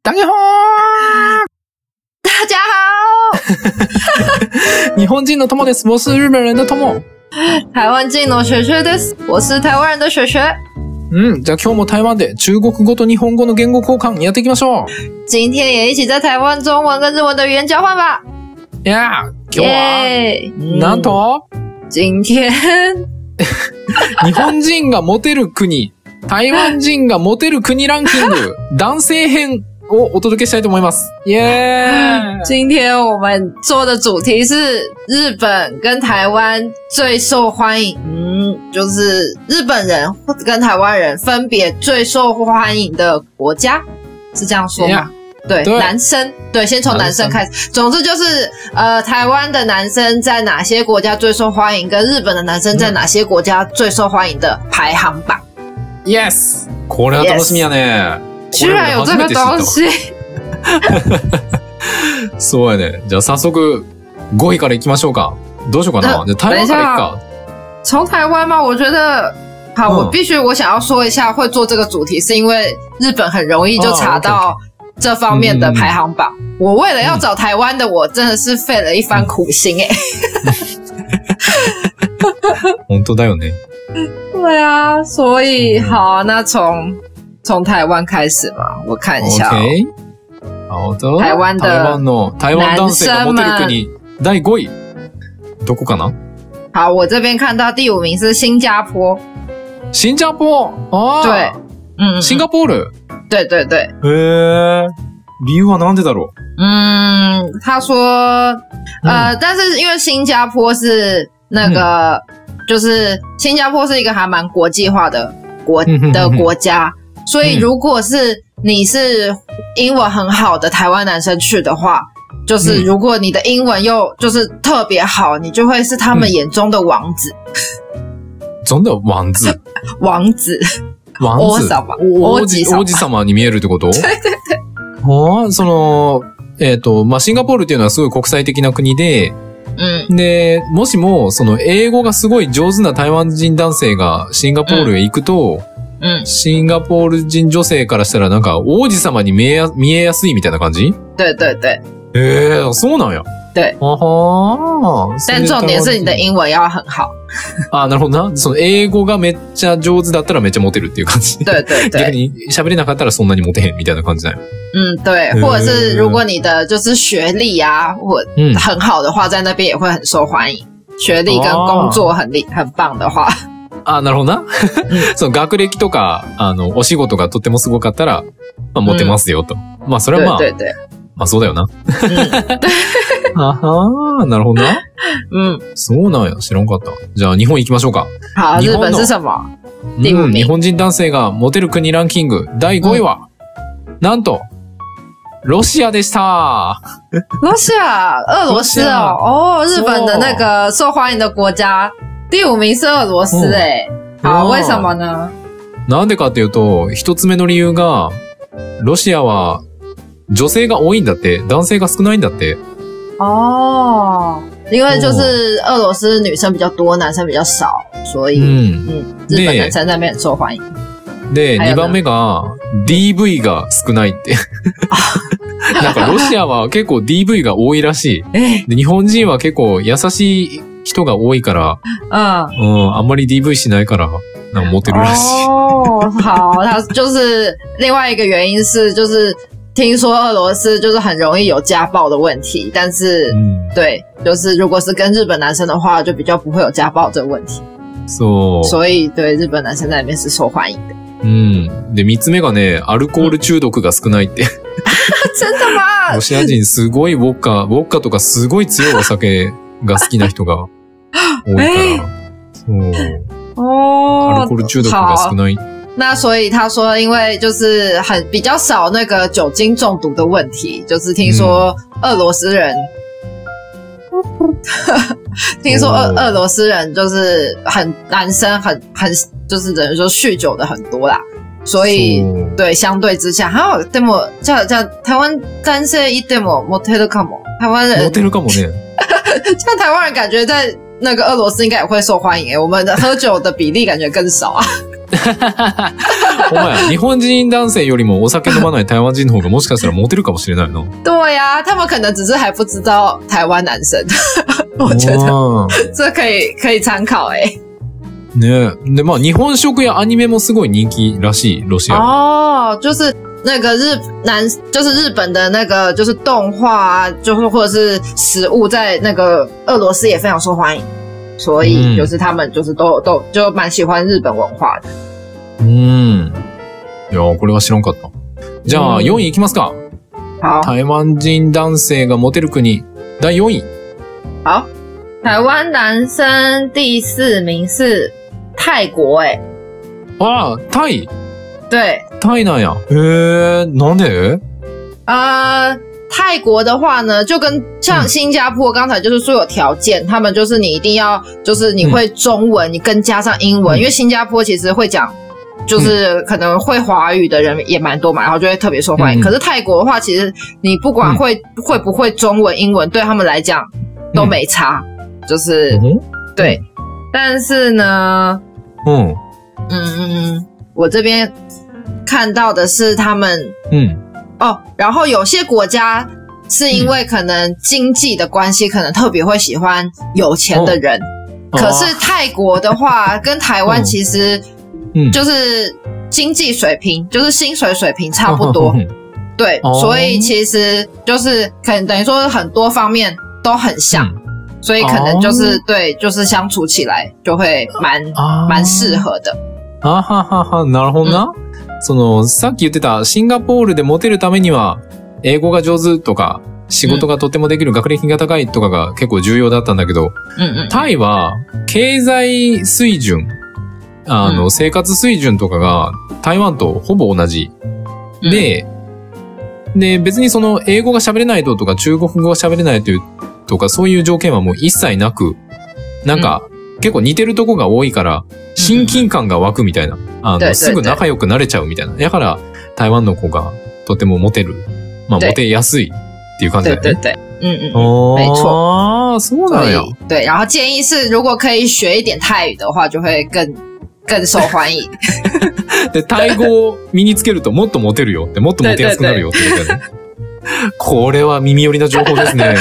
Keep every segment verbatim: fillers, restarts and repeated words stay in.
大家好大家好日本人の友です。我是日本人的友。 台湾人の雪雪です。我是台湾人的雪雪。 うん、じゃあ今日も台湾で中国語と日本語の言語交換やっていきましょう。 今天也一起在台湾中文跟日文的语言交换吧。 いやー、今日は、なんと、 今天日本人がモテる国、台湾人がモテる国ランキング、男性編をお届けしたいと思います。イエーイ！ 今天我们做的主题是日本跟台湾最受欢迎，嗯，就是日本人跟台湾人分别最受欢迎的国家，是这样说吗？ Yeah.对，对男生，对，先从男生开始。总之就是，呃，台湾的男生在哪些国家最受欢迎，跟日本的男生在哪些国家最受欢迎的排行榜。 Yes， これは楽しみやね。 居然有这个东西。 そうやね。じゃあ早速ごいからいきましょうか。どうしようかな。じゃあ台湾からいくか。 从台湾吗？我觉得。好，我必须我想要说一下，会做这个主题是因为日本很容易就查到。这方面的排行榜、嗯、我为了要找台湾的、嗯、我真的是费了一番苦心诶、欸、 本当だよね。 对啊，所以好，那从从台湾开始嘛，我看一下、哦 OK 好的。 台湾的台湾の台湾男性がモテる国だいごいどこかな。 好，我这边看到第五名是新加坡。 新加坡あ对嗯シンガポール对对对。 へー。理由はなんでだろう？ 嗯，他说，呃、嗯，但是因为新加坡是那个，嗯、就是新加坡是一个还蛮国际化的国、嗯、的国家，所以如果是你是英文很好的台湾男生去的话，就是如果你的英文又就是特别好，你就会是他们眼中的王子。 真的王子？ 王子。 王子王子王子様に見えるってこと？ 对对对。 ああ、その、えっと、まあ、シンガポールっていうのはすごい国際的な国で、うん、で、もしも、その、英語がすごい上手な台湾人男性がシンガポールへ行くと、うん、シンガポール人女性からしたらなんか王子様に見えや、見えやすいみたいな感じ？ 对对对。 ええー、そうなんや。 对。 あはー。 但重点是你的英文要很好。 あ、なるほどな。その英語がめっちゃ上手だったらめっちゃモテるっていう感じ。 对对对。 逆に喋れなかったらそんなにモテへんみたいな感じだよ。 嗯，对。或者是如果你的就是学历啊，或很好的话，在那边也会很受欢迎。学历跟工作很厉很棒的话。 あ、なるほどな。その学歴とか、あの、お仕事がとってもすごかったら、まあ、モテますよと。まあ、それはまあ。 对对对。 まあそうだよな。あはー、なるほどな。 うん。 そうなんや、知らんかった。じゃあ日本行きましょうか。 好、日本是什么？第五名。 日本人男性がモテる国ランキングだいごいは、うん、なんと、ロシアでした。 ロシア、俄羅斯哦。哦，日本的那个受欢迎的国家，第五名是俄羅斯诶。好、为什么呢？ なんでかっていうと、一つ目の理由が、ロシアは、女性が多いんだって、男性が少ないんだって。 哦，因为就是俄羅斯女生比较多，男生比较少，所以、嗯嗯、日本男生在那边很受欢迎。 で、にばんめが ディーブイ が少ないって。なんかロシアは結構 ディーブイ が多いらしい。で、日本人は結構優しい人が多いから、うん、うん、あんまり ディーブイ しないから、なんかモテるらしい。 哦，好，它就是另外一个原因是就是。听说俄羅斯就是很容易有家暴的问题，但是、嗯、对，就是如果是跟日本男生的话，就比较不会有家暴这个问题。 そう。 所以对日本男生在那边是受欢迎的。 うん。で、三つ目がね、アルコール中毒が少ないって。 真的吗？ ロシア人すごいウォッカ、ウォッカとかすごい強いお酒が好きな人が多いから。そう。 哦。 アルコール中毒が少ない。 那所以他说，因为就是很比较少那个酒精中毒的问题，就是听说俄羅斯人，嗯、听说俄俄羅斯人就是很男生很很就是等于说酗酒的很多啦，所以对相对之下，还有でもじゃあじゃあ台湾男性いてもモテるかも，台湾人モテるかもね， 像台湾人感觉在那个俄羅斯应该也会受欢迎诶，我们的喝酒的比例感觉更少啊。 お前、日本人男性よりもお酒飲まない台湾人の方がもしかしたらモテるかもしれないの。 对呀、啊，他们可能只是还不知道台湾男生，我觉得这可以可以参考哎、欸。 ねえ。で、まあ、日本食やアニメもすごい人気らしい、ロシア。 哦，就是那个日南，就是日本的那个，就是动画啊，就是或者是食物，在那个俄罗斯也非常受欢迎，所以就是他们就是都、嗯、都就蛮喜欢日本文化的。 うん。いや、これは知らんかった。じゃあ、よんいいきますか。 好。 台湾人男性がモテる国、だいよんい。 好。台湾男生第四名是泰国诶、欸。 ああ、タイ。 对。 タイなんや。へえ、なんで？ 呃，泰国的话呢，就跟像新加坡，刚才就是说有条件，他们就是你一定要，就是你会中文，你跟加上英文，因为新加坡其实会讲，就是可能会华语的人也蛮多嘛，然后就会特别受欢迎。可是泰国的话，其实你不管会会不会中文、英文，对他们来讲都没差，就是对。但是呢，嗯嗯嗯嗯，我这边看到的是他们，嗯。哦，然后有些国家是因为可能经济的关系，嗯、可能特别会喜欢有钱的人。哦、可是泰国的话，哦、跟台湾其实就是经济水平，嗯、就是薪水水平差不多。哦、对、哦，所以其实就是可能等于说很多方面都很像，嗯、所以可能就是、哦、对，就是相处起来就会蛮蛮适合的。 啊哈哈哈，なるほどな。嗯その、さっき言ってたシンガポールでモテるためには、英語が上手とか、仕事がとてもできる、うん、学歴が高いとかが結構重要だったんだけど、うんうん、タイは経済水準、あの、うん、生活水準とかが台湾とほぼ同じ。で、うん、で、別にその英語が喋れないととか中国語が喋れないというとかそういう条件はもう一切なく、なんか、うん結構似てるとこが多いから、親近感が湧くみたいな。あの、すぐ仲良くなれちゃうみたいな。だから、台湾の子がとてもモテる。まあ、モテやすいっていう感じだよね。 对对对。嗯嗯。没错。 あ、そうなんや。 对，然后建议是，如果可以学一点泰语的话，就会更更受欢迎。 で、タイ語を身につけるともっとモテるよって、もっとモテやすくなるよって言ったね。これは耳寄りな情報ですね。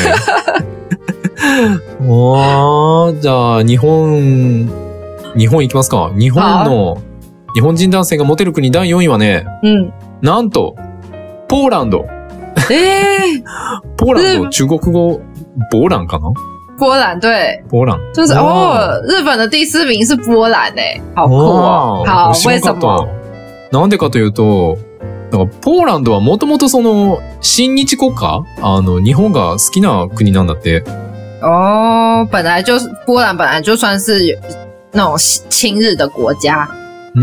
あー、じゃあ、日本、日本行きますか。日本の、日本人男性がモテる国だいよんいはね、うん、なんと、ポーランド。 えー、 ポーランド、中国語、波蘭かな波蘭、对。 波蘭。 就是哦，日本的第四名是波蘭诶。好酷哦。好、为什么？ なんでかというと、なんかポーランドはもともとその、親日国家あの、日本が好きな国なんだって。 哦，本来就是波蘭本来就算是那种親日的国家。 うん。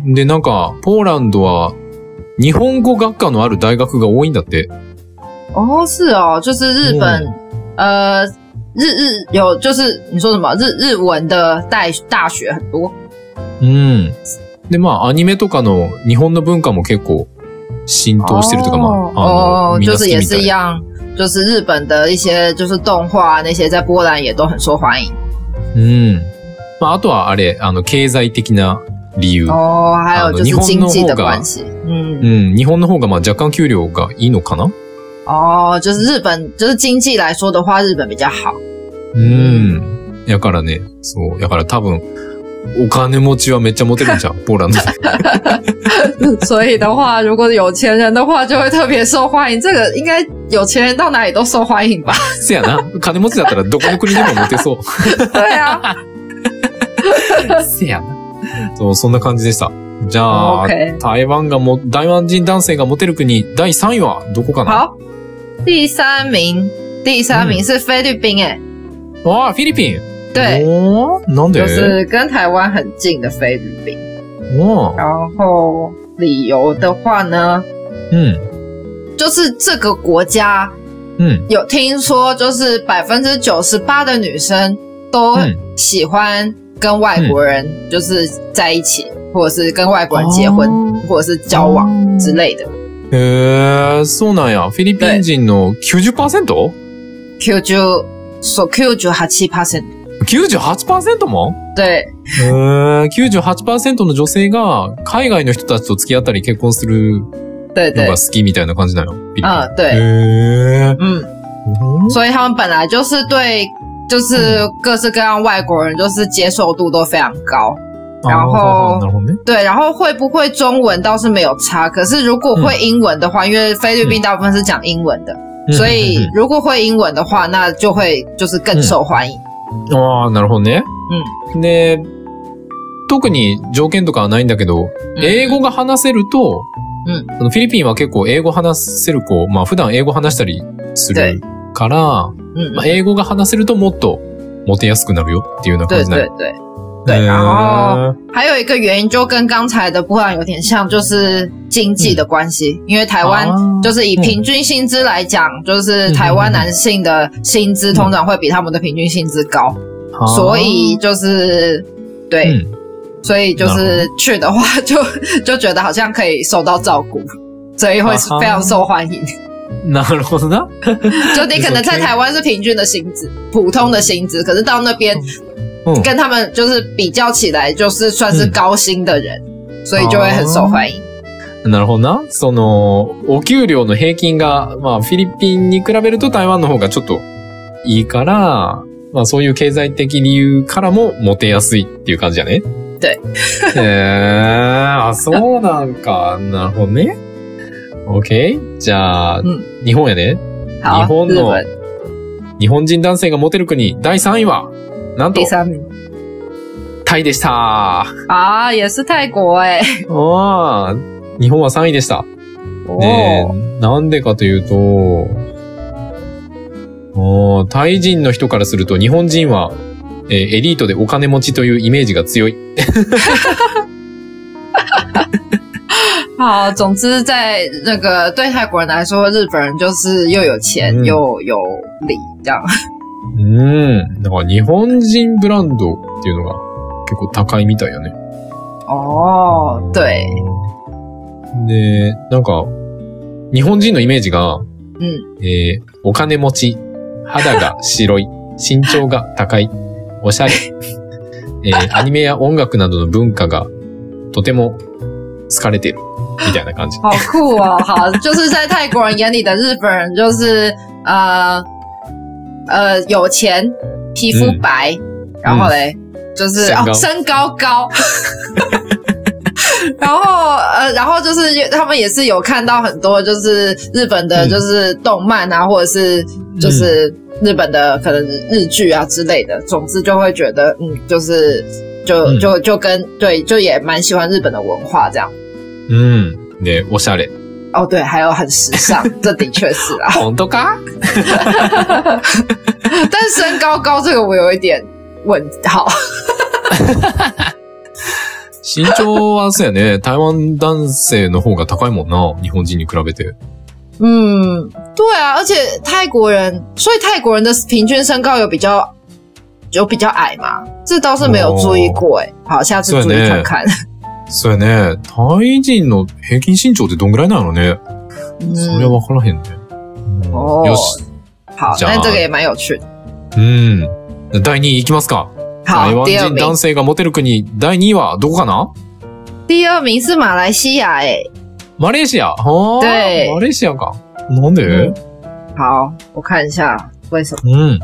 で、なんか、ポーランドは、日本語学科のある大学が多いんだって。 哦，是哦，就是日本、嗯、呃，日日有就是你说什么日日文的大大学很多。 うん。で、まあ、アニメとかの日本の文化も結構浸透してるというか、まあ、 あの、就是也是一样。就是日本的一些就是动画那些在波蘭也都很受欢迎。 うん。まあ、あとはあれ、あの、経済的な理由。 哦，还有就是经济的关系。 嗯。うん。日本の方がまあ若干給料がいいのかな？ 哦，就是日本、就是经济来说的话，日本比较好。 うん。やからね、そう。やから多分、お金持ちはめっちゃモテるんじゃん、ポーランド。 所以的话，如果有钱人的话，就会特别受欢迎。这个应该有钱人到哪里都受欢迎吧？ せやな。金持ちだったらどこの国でもモテそう。 对啊。 せやな。そう、そんな感じでした。じゃあ、okay. 台湾がも、台湾人男性がモテる国、だいさんいはどこかな？ 好。第三名、第三名是菲律賓诶。 哇，菲律賓。 对， 哦，なんで？ 就是跟台湾很近的菲律賓。 哦， 然后理由的话呢，嗯，就是这个国家，嗯，有听说就是百分之九十八的女生都喜欢跟外国人就是在一起，嗯、或者是跟外国人结婚，哦、或者是交往之类的。 へー、そうなんや。フィリピン人の きゅうじゅっパーセント？ きゅうじゅう、そう、きゅうじゅうはちパーセント。 きゅうじゅうはちパーセント も？ 对。 えー、きゅうじゅうはちパーセント の女性が海外の人たちと付き合ったり結婚する对对のが好きみたいな感じなの。 啊、对。 へー。 嗯。所以他们本来就是对，就是各式各样外国人，就是接受度都非常高。然后，对，然后会不会中文倒是没有差，可是如果会英文的话，嗯、因为菲律宾大部分是讲英文的，嗯、所以如果会英文的话，那就会就是更受欢迎。 うん、ああ、なるほどね。うん。で、特に条件とかはないんだけど、英語が話せると、うん、フィリピンは結構英語話せる子、まあ普段英語話したりするから、まあ、英語が話せるともっとモテやすくなるよっていうような感じなの。 对对对。对，然后还有一个原因就跟刚才的部分有点像，就是经济的关系。嗯、因为台湾就是以平均薪资来讲，嗯、就是台湾男性的薪资通常会比他们的平均薪资高，嗯、所以就是对，嗯、所以就是去的话就就觉得好像可以受到照顾，所以会非常受欢迎。 なるほどな。 就你可能在台湾是平均的薪资，普通的薪资，可是到那边。嗯、跟他们就是比较起来，就是算是高薪的人，嗯、所以就会很受欢迎。 なるほどな。その、お給料の平均が、まあ、フィリピンに比べると台湾の方がちょっといいから、まあ、そういう経済的理由からもモテやすいっていう感じやね。 对。 へー、あ、そうなんか。なるほどね。OK。じゃあ、うん、日本やね。日本の、日本人男性がモテる国、だいさんいは、なんと、タイでした。 あー、也是泰国え。 あー、日本はさんいでした。ねえ、なんでかというと、おタイ人の人からすると日本人は、えー、エリートでお金持ちというイメージが強い。 好，总之在那个对泰国人来说，日本人就是又有钱、嗯、又有礼这样。 うん。だから日本人ブランドっていうのが結構高いみたいよね。 ああ、对。 で、なんか、日本人のイメージが、うん、えー、お金持ち、肌が白い、身長が高い、おしゃれ、えー、アニメや音楽などの文化がとても好かれてるみたいな感じ。 好酷哦！好，就是在泰国人眼里的日本人就是呃。呃，有钱，皮肤白，嗯、然后嘞，嗯、就是身高、哦、身高高，然后呃，然后就是他们也是有看到很多就是日本的，就是动漫啊，嗯、或者是就是日本的可能日剧啊之类的，总之就会觉得嗯，就是就就就跟对，就也蛮喜欢日本的文化这样。 嗯，ね、おしゃれ。 哦，对，还有很时尚，这的确是啊。 本当か？ 但是身高高这个我有一点问号。 身長はそうやね。台湾男性の方が高いもんな。日本人に比べて。 嗯，对啊，而且泰国人，所以泰国人的平均身高有比较有比较矮嘛？这倒是没有注意过诶。好，下次注意看看。 そうやね。タイ人の平均身長ってどんぐらいなのね。嗯、それは分からへんね。 哦、よし。好，那这个也蛮有趣的。 うん。だいにいいきますか。台湾人男性がモテる国、だいにいはどこかな？ 第二名是马来西亚诶。 马来西亚？哦，对，马来西亚か。なんで？ 嗯、好，我看一下为什么。 嗯。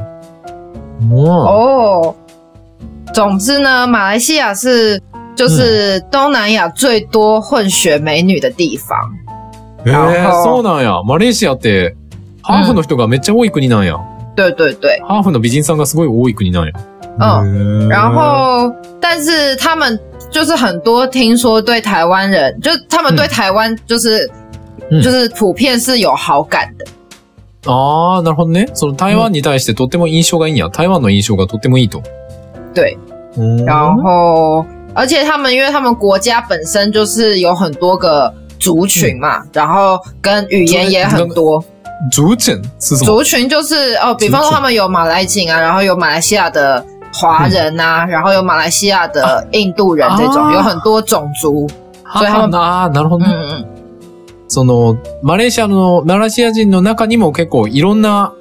哦。总之呢，马来西亚是就是东南亚最多混血美女的地方。 えー、そうなんや。マレーシアってハーフの人がめっちゃ多い国なんや。 对对对。 ハーフの美人さんがすごい多い国なんや。 嗯，然后但是他们就是很多听说对台湾人，就他们对台湾就是、嗯、就是普遍是有好感的。 ああ、なるほどね。その台湾に対してとっても印象がいいんや。台湾の印象がとってもいいと。 对。然后而且他们因为他们国家本身就是有很多个族群嘛，嗯、然后跟语言也很多。 族群是什么？ 族群就是哦，比方说他们有马来籍啊，然后有马来西亚的华人啊，嗯、然后有马来西亚的印度人这种，有很多种族。所以他们ああ、なるほど。うんうん。そのマレーシアのマレーシア人の中にも結構いろんな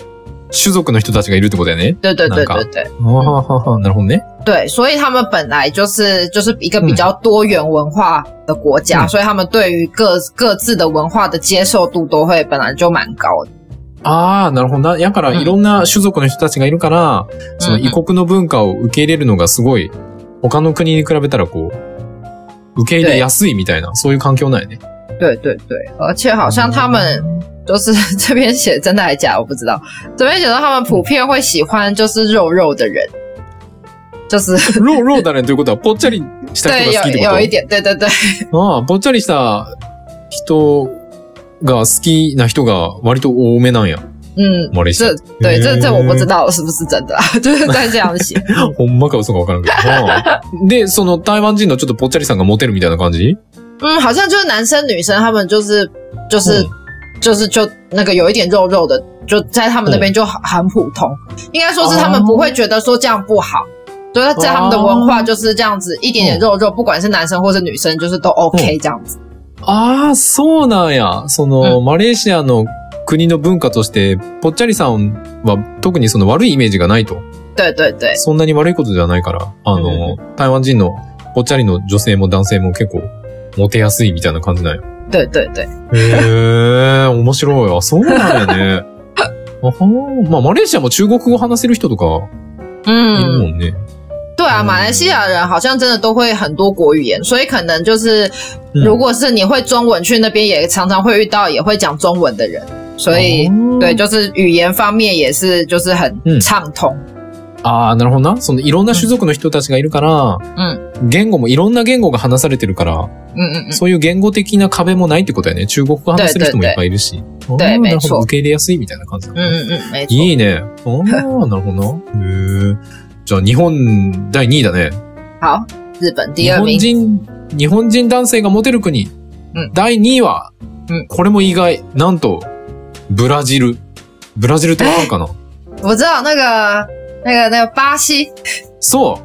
種族の人たちがいるってことだよね。 对对对对对。 ああ、なるほどね。 对，所以他们本来就是就是一个比较多元文化的国家，嗯、所以他们对于各各自的文化的接受度都会本来就蛮高的。 ああ、なるほどな。やからいろんな種族の人たちがいるから、うん、その異国の文化を受け入れるのがすごい、他の国に比べたらこう、受け入れやすいみたいな、そういう環境なんやね。 对对对，而且好像他们就是这边写真的还假我不知道，这边写到他们普遍会喜欢就是肉肉的人。就是肉肉的人ということはぽっちゃりした人が好きってこと？ 对，有有一点，对对对。 ああ、ぽっちゃりした人が好きな人が割と多めなんや。 嗯，这对这这我不知道是不是真的啦，就是在这样写。 ほんまか嘘かわからんけど。で、その台湾人のちょっとぽっちゃりさんがモテるみたいな感じ？ 嗯，好像就是男生女生他们就是就是、嗯、就是就那个有一点肉肉的，就在他们那边就很很普通。应该说是他们不会觉得说这样不好。就是在他们的文化就是这样子，一点点肉肉，不管是男生或是女生，就是都 OK 这样子。 ああ、そうなんや。その、マレーシアの国の文化として、ぽっちゃりさんは特にその悪いイメージがないと。 对对对。 そんなに悪いことではないから、あの、台湾人のぽっちゃりの女性も男性も結構モテやすいみたいな感じなんや。 对对对。 へえ、面白い。あ、そうなんやね。あはー、まあ、マレーシアも中国語話せる人とかいるもんね。 对啊，马来西亚人好像真的都会很多国语言，所以可能就是如果是你会中文去那边也常常会遇到也会讲中文的人，所以、嗯、对，就是语言方面也是就是很畅通。 うん、ああ、なるほどな。そのいろんな種族の人たちがいるから、うん、言語もいろんな言語が話されてるから、うんうんうん、そういう言語的な壁もないってことやね。中国語話せる人もいっぱいいるし。 对，没错。受け入れやすいみたいな感じだね。 うんうんうん、没错。 いいね。ああ、なるほどな。へえ。じゃあ日本だいにいだね。 好、日本第二名。 日本人、日本人男性がモテる国。うん、だいにいは、うん、これも意外。なんと、ブラジル。ブラジルってわかるかな？ 我知道、那个、那个、那个巴西。 そう。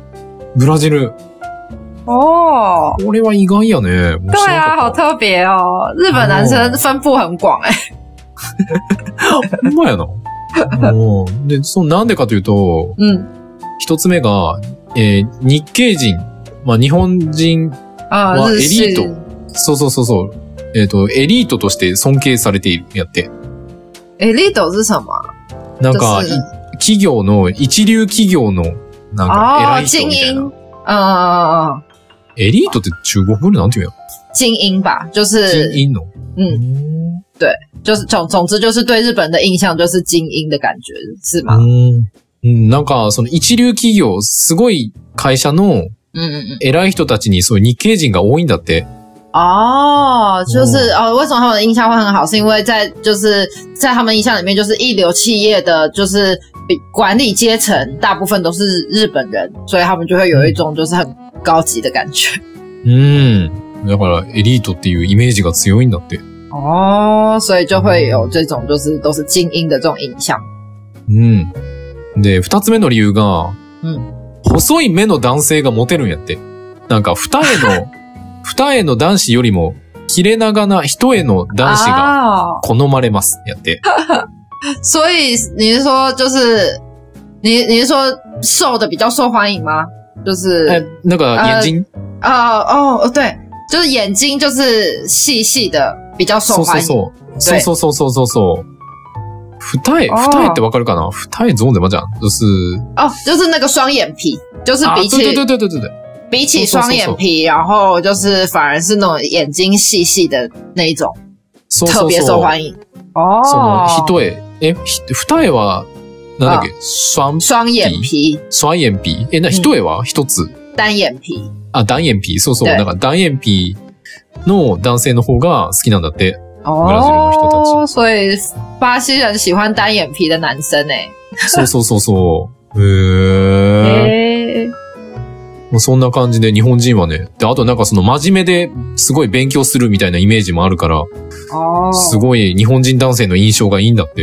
ブラジル。 哦。 これは意外やね。 对啊、好特別哦。日本男生分布很廣哎。 ほんまやな。で、そう、なんでかというと、うん。一つ目が、えー、日系人、まあ、日本人はエリート。そうそうそうそう。えっと、エリートとして尊敬されている、やって。 エリート是什么？ なんか、企業の、一流企業の、なんか、偉い人みたいな。 ああ。 エリートって中国語でなんて言うの？ 精英吧，就是。 精英の。 嗯。对，就是总总之就是对日本的印象就是精英的感觉，是吗？ 嗯。うん、なんか、その一流企業、すごい会社の偉い人たちにそういう日系人が多いんだって。 哦，就是哦，为什么他们的印象会很好？是因为在就是在他们印象里面，就是一流企业的就是管理阶层大部分都是日本人，所以他们就会有一种就是很高級的感觉。 嗯，だからエリートっていうイメージが強いんだって。 哦，所以就会有这种就是都是精英的这种印象。 嗯。で、二つ目の理由が、うん、細い目の男性がモテるんやって。なんか、二重の、二重の男子よりも、切れ長な一重の男子が好まれます。やって。 所以、你是说、就是、你、你是说、瘦的比较受欢迎吗？就是、 え、なんか、眼睛、 呃、哦、哦、对。就是眼睛就是細細的、比較受歡迎。 そうそうそう。そうそうそうそう。二重、二重ってわかるかな？二重ゾーンでまじゃん。就是。 哦，就是那个双眼皮，就是比起。 对对对对对对。 比起双眼皮，然后就是反而是那种眼睛細細的那一種。特別受歡迎。哦。 その、一重。え、二重は、なんだっけ？双、 双眼皮。 双眼皮。え、な、一重は一つ。 单眼皮。 あ、单眼皮。そうそう。なんか单眼皮の男性の方が好きなんだって。ブラジルの人たち。 哦，所以巴西人喜欢单眼皮的男生诶。 そうそうそうそう。へー。もうそんな感じで日本人はね。で、あとなんかその真面目ですごい勉強するみたいなイメージもあるから、すごい日本人男性の印象がいいんだって。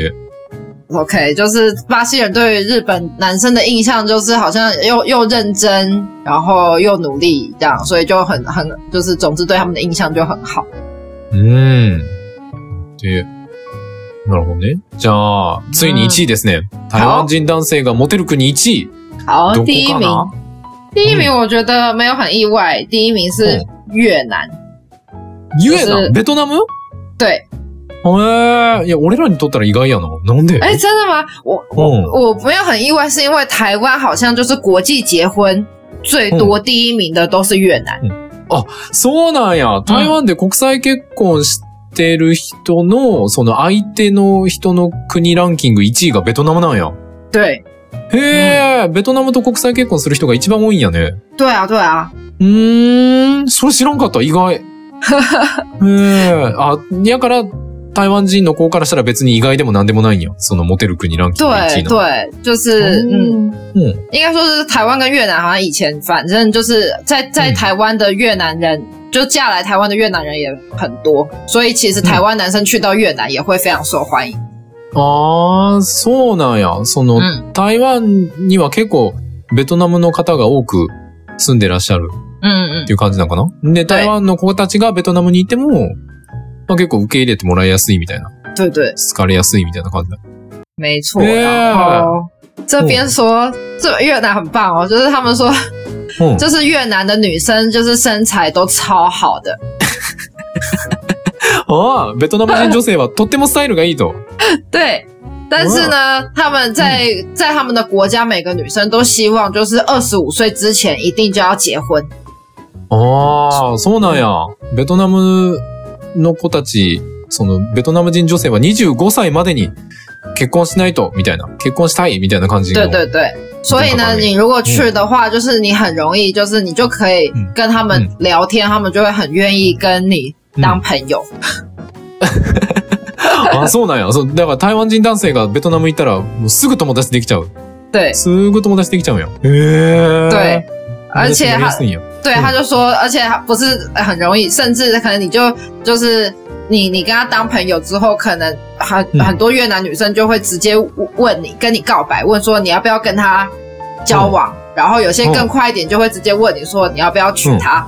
OK， 就是巴西人对于日本男生的印象就是好像又又认真，然后又努力这样，所以就很很就是总之对他们的印象就很好。 うん。で、 なるほどね。じゃあ、ついにいちいですね。嗯、台湾人男性がモテる国いちい。 好，第一名。第一名我觉得没有很意外，嗯、第一名是越南。 越南、就是、ベトナム？ 对。 えー、いや、俺らにとったら意外やな。なんで？ 哎、欸，真的吗？我我、嗯、我没有很意外，是因为台湾好像就是国际结婚最多第一名的都是越南。 嗯、あ、そうなんや。台湾で国際結婚してる人の、その相手の人の国ランキングいちいがベトナムなんや。 对。 へえ、うん、ベトナムと国際結婚する人が一番多いんやね。 对啊、对啊。 うーん、それ知らんかった、意外。へえ、あ、やから、台湾人の子からしたら別に意外でも何でもないんや。そのモテる国ランキングいちいの。 对对，就是嗯嗯，应该说是台湾跟越南好像以前反正就是在在台湾的越南人、嗯、就嫁来台湾的越南人也很多，所以其实台湾男生去到越南也会非常受欢迎。 ああ、そうなんや。その、うん、台湾には結構ベトナムの方が多く住んでらっしゃるっていう感じなのかな。うんうん、で、台湾の子たちがベトナムにいても、まあ、結構受け入れてもらいやすいみたいな。 对对。 好かれやすいみたいな感じだ。 没错。然后这边说、嗯、这越南很棒哦，就是他们说、嗯、就是越南的女生就是身材都超好的。 ああ、ベトナム人女性はとってもスタイルがいいと。 对，但是呢，他们在、嗯、在他们的国家，每个女生都希望就是二十五岁之前一定就要结婚。 ああ、そうなんや。ベトナムの子たち、そのベトナム人女性はにじゅうごさいまでに結婚しないとみたいな、結婚したいみたいな感じの。 对对对。所以呢，你如果去的话，就是你很容易，就是你就可以跟他们聊天，嗯、他们就会很愿意跟你当朋友。 あ、そうなんや。そう、だから台湾人男性がベトナム行ったらもうすぐ友達できちゃう。 对。 すぐ友達できちゃうんや。へー。对。而且他，对，他就说，而且不是很容易，甚至可能你就就是你你跟他当朋友之后，可能很、嗯、很多越南女生就会直接问你，跟你告白，问说你要不要跟他交往，嗯、然后有些更快一点就会直接问你说你要不要娶她。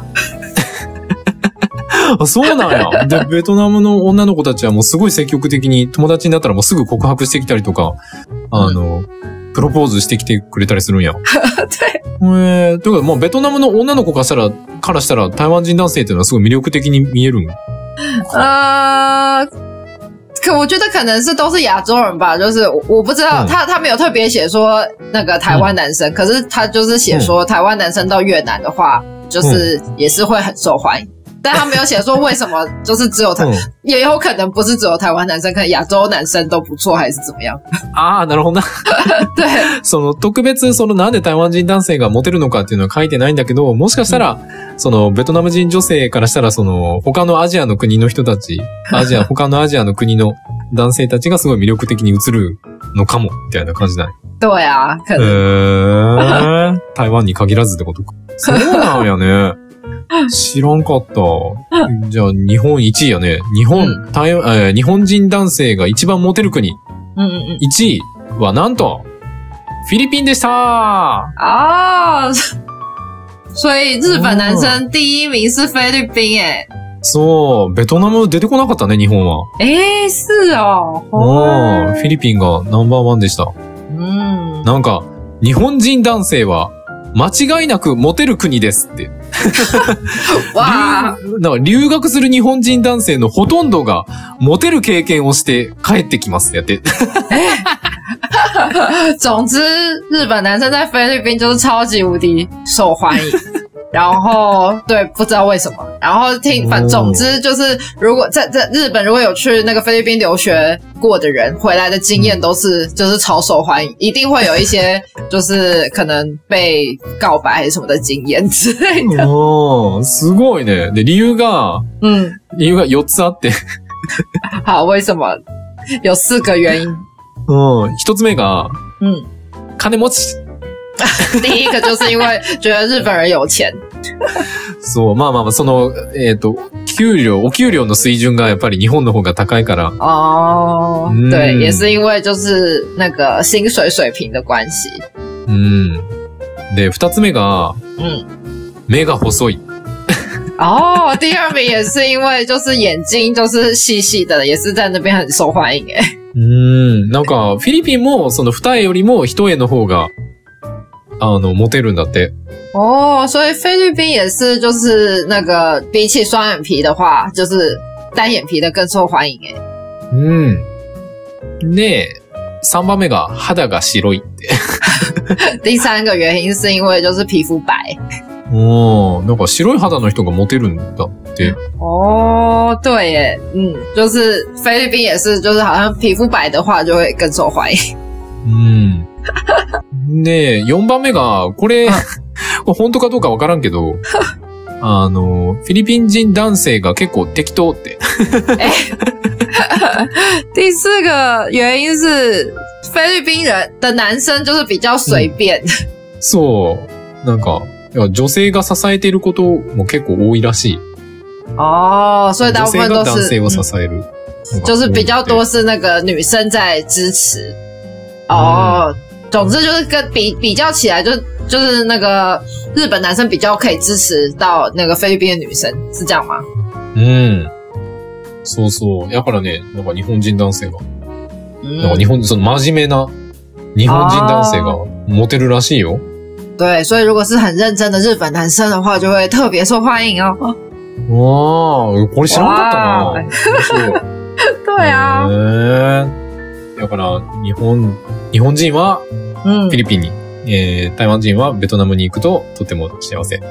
あ、そうなんや。で、ベトナムの女の子たちはもうすごい積極的に友達になったらもうすぐ告白してきたりとか、あの、うん、プロポーズしてきてくれたりするんや。えー、というか、まあ、ベトナムの女の子からしたら、からしたら、台湾人男性っていうのはすごい魅力的に見えるん？ 呃，可我觉得可能是都是亚洲人吧，就是我我不知道，嗯、他他没有特别写说那个台湾男生，嗯、可是他就是写说、嗯、台湾男生到越南的话，就是也是会很受欢迎。但他没有写说为什么就是只有台、嗯、也有可能不是只有台湾男生，可能亚洲男生都不错还是怎么样。 ああ、なるほどな。 对。 その特別そのなんで台湾人男性がモテるのかっていうのは書いてないんだけど、もしかしたら、うん、そのベトナム人女性からしたらその他のアジアの国の人たち、アジア他のアジアの国の男性たちがすごい魅力的に映るのかもみたいな感じだね。 对啊。可能。 へー。台湾に限らずってことか。そうなんやね。知らんかった。じゃあ日本いちいやね。日本、うん、台えー、日本人男性が一番モテる国。 うんうん、 いちいはなんとフィリピンでした。 ああ、所以日本男生第一名是菲律賓耶。 そう、ベトナム出てこなかったね、日本は。 えー、是哦。 ああ、フィリピンがナンバーワンでした。 うん。 なんか日本人男性は間違いなくモテる国ですって。 わ留, なんか留学する日本人男性のほとんどがモテる経験をして帰ってきますってやって。 总之，日本男生在菲律宾就是超级无敌受欢迎。然后对，不知道为什么。然后听，反总之就是，如果在在日本如果有去那个菲律宾留学过的人，回来的经验都是、嗯、就是超受欢迎，一定会有一些就是可能被告白还是什么的经验之类的。 哦，すごいね。で理由が、 嗯， 理由がよっつあって。 好，为什么？有四个原因。 うん、一つ目が、 嗯， 金持ち。 第一个就是因为觉得日本人有钱。 そう、まあまあまあ、その、えっと、給料、お給料の水準がやっぱり日本の方が高いから。 哦、嗯，对，也是因为就是那个薪水水平的关系。 うん。で、二つ目が、 嗯， 目が細い。 哦，第二名也是因为就是眼睛就是细细的，也是在那边很受欢迎诶。 うーん。なんか、フィリピンも、その二重よりも一重の方が、あの、モテるんだって。 哦，所以菲律宾也是，就是那个比起双眼皮的话，就是单眼皮的更受欢迎诶。 うん。で、三番目が肌が白いって。 第三个原因是因为就是皮肤白。 哦，なんか白い肌の人がモテるんだって。 哦，对耶，嗯，就是菲律宾也是，就是好像皮肤白的话就会更受欢迎。 うん。で、四番目が、これ、本当かどうかわからんけど、あの、フィリピン人男性が結構適当って。 第四个原因是菲律宾人的男生就是比较随便。 うん、そう。なんか、女性が支えていることも結構多いらしい。 哦，所以大部分都是女性が男性を支える、 嗯。就是比较多是那个女生在支持。哦、嗯，总之就是跟比比较起来就，就就是那个日本男生比较可以支持到那个菲律宾的女生，是这样吗？ うん。そうそう。だからね、なんか日本人男性が、うん、なんか日本その真面目な日本人男性がモテるらしいよ。 对，所以如果是很认真的日本男生的话，就会特别受欢迎哦。 哇ー、これ知らなかったな。面白い。 对啊。 へー。だから日本日本人はフィリピンに、うんえー、台湾人はベトナムに行くととても幸せ。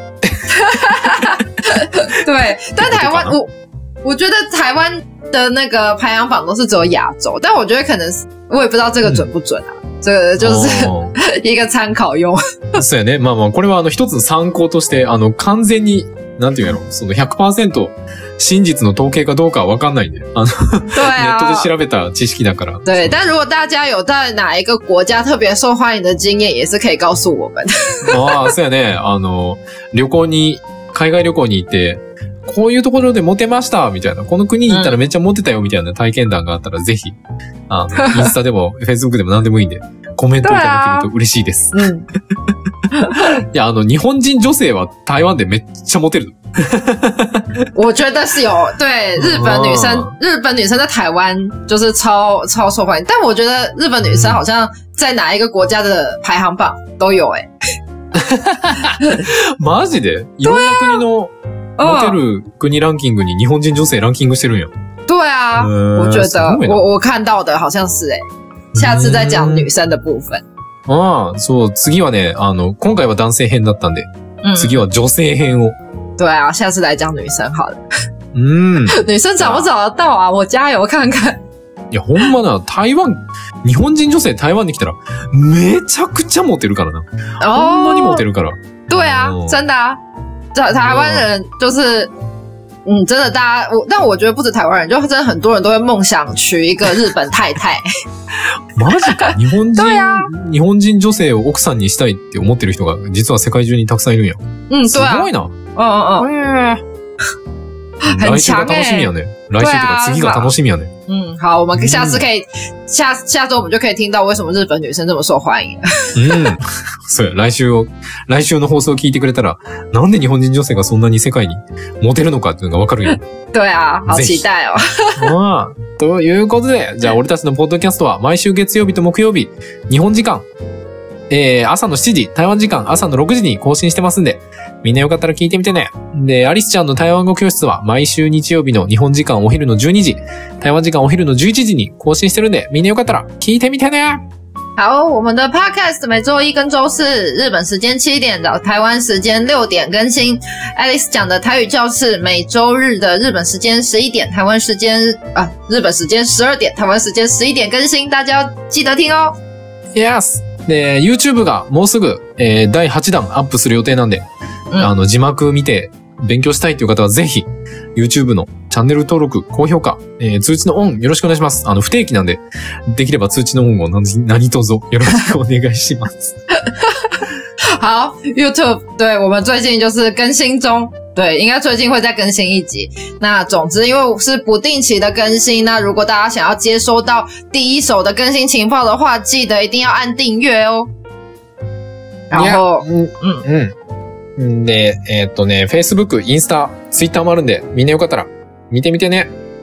对，但台湾我我觉得台湾的那个排行榜都是只有亚洲，但我觉得可能是我也不知道这个准不准啊。嗯这个就是一个参考用。 そうやね。まあまあ、これはあの一つ参考として、あの完全に、なんていうやろ、その ひゃくパーセント 真実の統計かどうかはわかんないんで、あの、 对啊、 ネットで調べた知識だから。 对，但如果大家有在哪一个国家特别受欢迎的经验，也是可以告诉我们。 ああ、そうやね。あの、旅行に、海外旅行に行って、こういうところでモテましたみたいな。この国に行ったらめっちゃモテたよみたいな体験談があったらぜひ、あの、インスタでも、フェイスブックでも何でもいいんで、コメントいただけると嬉しいです。うん、いや、あの、日本人女性は台湾でめっちゃモテる。 我觉得是有，对，日本女生，日本女生在台湾就是超超受欢迎，但我觉得日本女生好像在哪一个国家的排行榜都有诶、欸。 マジでいろんな国のモテる国ランキングに日本人女性ランキングしてるんや。 对啊，我觉得我我看到的好像是诶、欸，下次再讲女生的部分。 ああ、そう、次はね、あの、今回は男性編だったんで、嗯、次は女性編を。 对啊，下次来讲女生好了。 嗯， 女生找不找得到啊？我加油看看。 いや、ほんまな、台湾、日本人女性台湾に来たら、めちゃくちゃモテるからな。ほんまにモテるから。 对啊，真的啊。台湾人就是，嗯，真的大家，我但我觉得不止台湾人，就真的很多人都会梦想娶一个日本太太。 マジか。日本人、日本人女性を奥さんにしたいって思ってる人が実は世界中にたくさんいるんや。 嗯， すごいな。 嗯嗯嗯。 来週が楽しみやね。来週とか次が楽しみやね。 嗯，好，我们下次可以、嗯、下下周我们就可以听到为什么日本女生这么受欢迎。 うん。そうや、来週を、来週の放送を聞いてくれたら、なんで日本人女性がそんなに世界にモテるのかっていうのがわかるよ。 对啊、好期待哦。 ああ、ということで、じゃあ俺たちのポッドキャストは毎週月曜日と木曜日、日本時間、えー、朝のしちじ、台湾時間朝のろくじに更新してますんで、みんなよかったら聞いてみてね。で、アリスちゃんの台湾語教室は毎週日曜日の日本時間お昼のじゅうにじ、台湾時間お昼のじゅういちじに更新してるんで、みんなよかったら聞いてみてね。 好，我们的 podcast 每周一跟周四日本时间七点到台湾时间六点更新。Alice 讲的台语教室每周日的日本时间十一点，台湾时间啊日本時間十二点，台湾時間十一点更新，大家要記得聽哦。 Yes。で、YouTube がもうすぐ、えー、だいはちだんアップする予定なんで、うん、あの字幕見て勉強したいという方はぜひ YouTube のチャンネル登録、高評価、えー、通知のオンよろしくお願いします。あの不定期なんで、できれば通知のオンを何何卒よろしくお願いします。 好 ，YouTube 对我们最近就是更新中。对，应该最近会再更新一集。那总之，因为是不定期的更新，那如果大家想要接收到第一手的更新情报的话，记得一定要按订阅哦。然後、 うん、うんうん。で、えー、っとね、Facebook、インスタ、Twitter もあるんで、みんなよかったら見てみてね。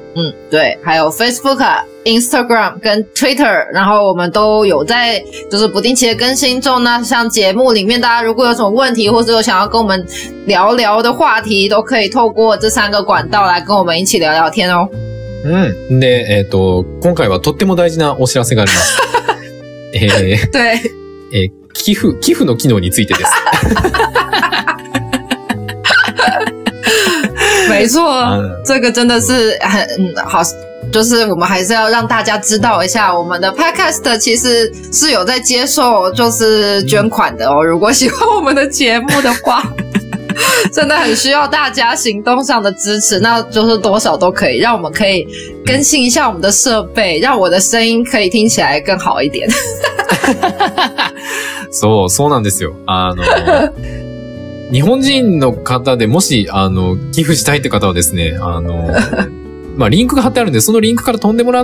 嗯，对，还有 Facebook、Instagram 跟 Twitter， 然后我们都有在就是不定期的更新中呢。像节目里面大家如果有什么问题，或是有想要跟我们聊聊的话题，都可以透过这三个管道来跟我们一起聊聊天哦。 うん。で、えっと、今回はとっても大事なお知らせがあります。えー、 对。 えー、寄付、寄付の機能についてです。 没错，这个真的是很嗯好，就是我们还是要让大家知道一下，我们的 podcast 其实是有在接受就是捐款的哦。如果喜欢我们的节目的话，真的很需要大家行动上的支持，那就是多少都可以，让我们可以更新一下我们的设备，让我的声音可以听起来更好一点。 そう、そうなんですよ。あの、日本人の方でもし、あの、寄付したいって方はですね、あの、まあ、リンクが貼ってあるんで、そのリンクから飛んでもらって、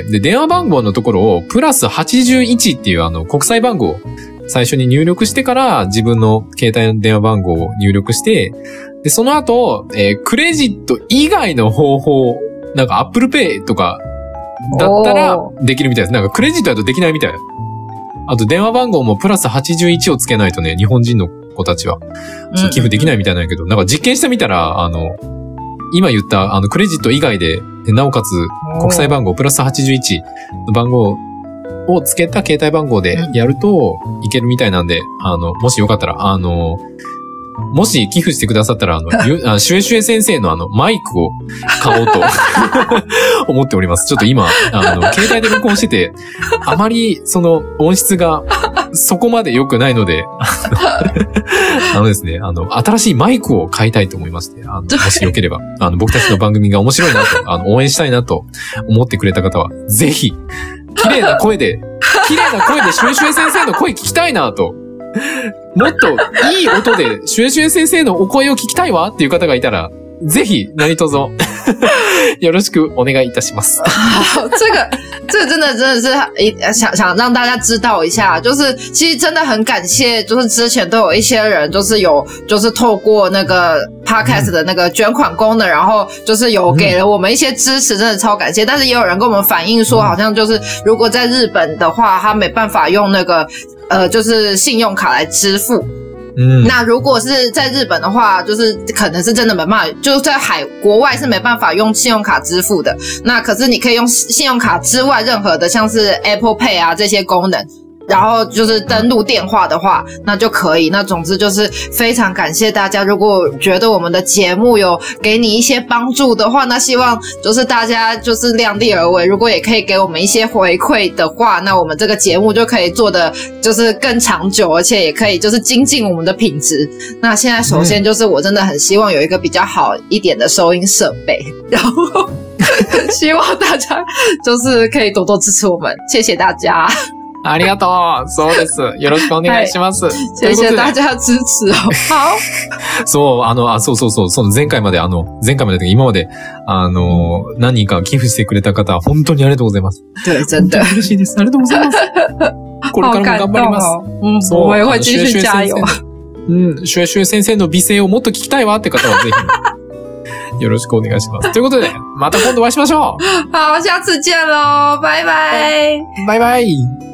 で、電話番号のところを、プラスはちじゅういちっていうあの、国際番号を最初に入力してから、自分の携帯の電話番号を入力して、で、その後、えー、クレジット以外の方法、なんか Apple Pay とか、だったら、できるみたいです。なんかクレジットだとできないみたい。あと電話番号もプラスはちじゅういちをつけないとね、日本人の子たちは、そう寄付できないみたいなんやけど、なんか実験してみたら、あの、今言った、あの、クレジット以外で、なおかつ、国際番号プラスはちじゅういちの番号をつけた携帯番号でやるといけるみたいなんで、あの、もしよかったら、あの、もし寄付してくださったら、あの、あシュエシュエ先生のあの、マイクを買おうと思っております。ちょっと今、あの、携帯で録音してて、あまり、その、音質が、そこまで良くないので、あのですね、あの、新しいマイクを買いたいと思いまして、あの、もしよければ、あの、僕たちの番組が面白いなと、あの、応援したいなと思ってくれた方は、ぜひ、綺麗な声で、綺麗な声でシュエシュエ先生の声聞きたいなと、もっといい音でシュエシュエ先生のお声を聞きたいわっていう方がいたら、ぜひ何卒よろしくお願いいたします。 这个这个真的真的是想想让大家知道一下，就是其实真的很感谢，就是之前都有一些人就是有就是透过那个 podcast 的那个捐款功能，然后就是有给了我们一些支持，真的超感谢。但是也有人跟我们反映说，好像就是如果在日本的话，他没办法用那个呃就是信用卡来支付。嗯，那如果是在日本的话，就是可能是真的没办法，就是在海国外是没办法用信用卡支付的。那可是你可以用信用卡之外任何的，像是 Apple Pay 啊这些功能，然后就是登录电话的话，那就可以。那总之就是非常感谢大家，如果觉得我们的节目有给你一些帮助的话，那希望就是大家就是量力而为，如果也可以给我们一些回馈的话，那我们这个节目就可以做的就是更长久，而且也可以就是精进我们的品质。那现在首先就是我真的很希望有一个比较好一点的收音设备，然后希望大家就是可以多多支持我们，谢谢大家。 ありがとう。そうです。よろしくお願いします。 謝謝大家支持哦。好。 そう、あの、あ、そうそうそう、その前回まで、あの、前回まで、今まで、あの、何人か寄付してくれた方、本当にありがとうございます。 对、真的。 嬉しいです。ありがとうございます。これからも頑張ります。 うん、そう、我也会继续加油。 うん、シュエシュエ先生の美声をもっと聞きたいわって方はぜひ、よろしくお願いします。ということで、また今度お会いしましょう。 好、下次見喽。バイバイ。 バイバイ。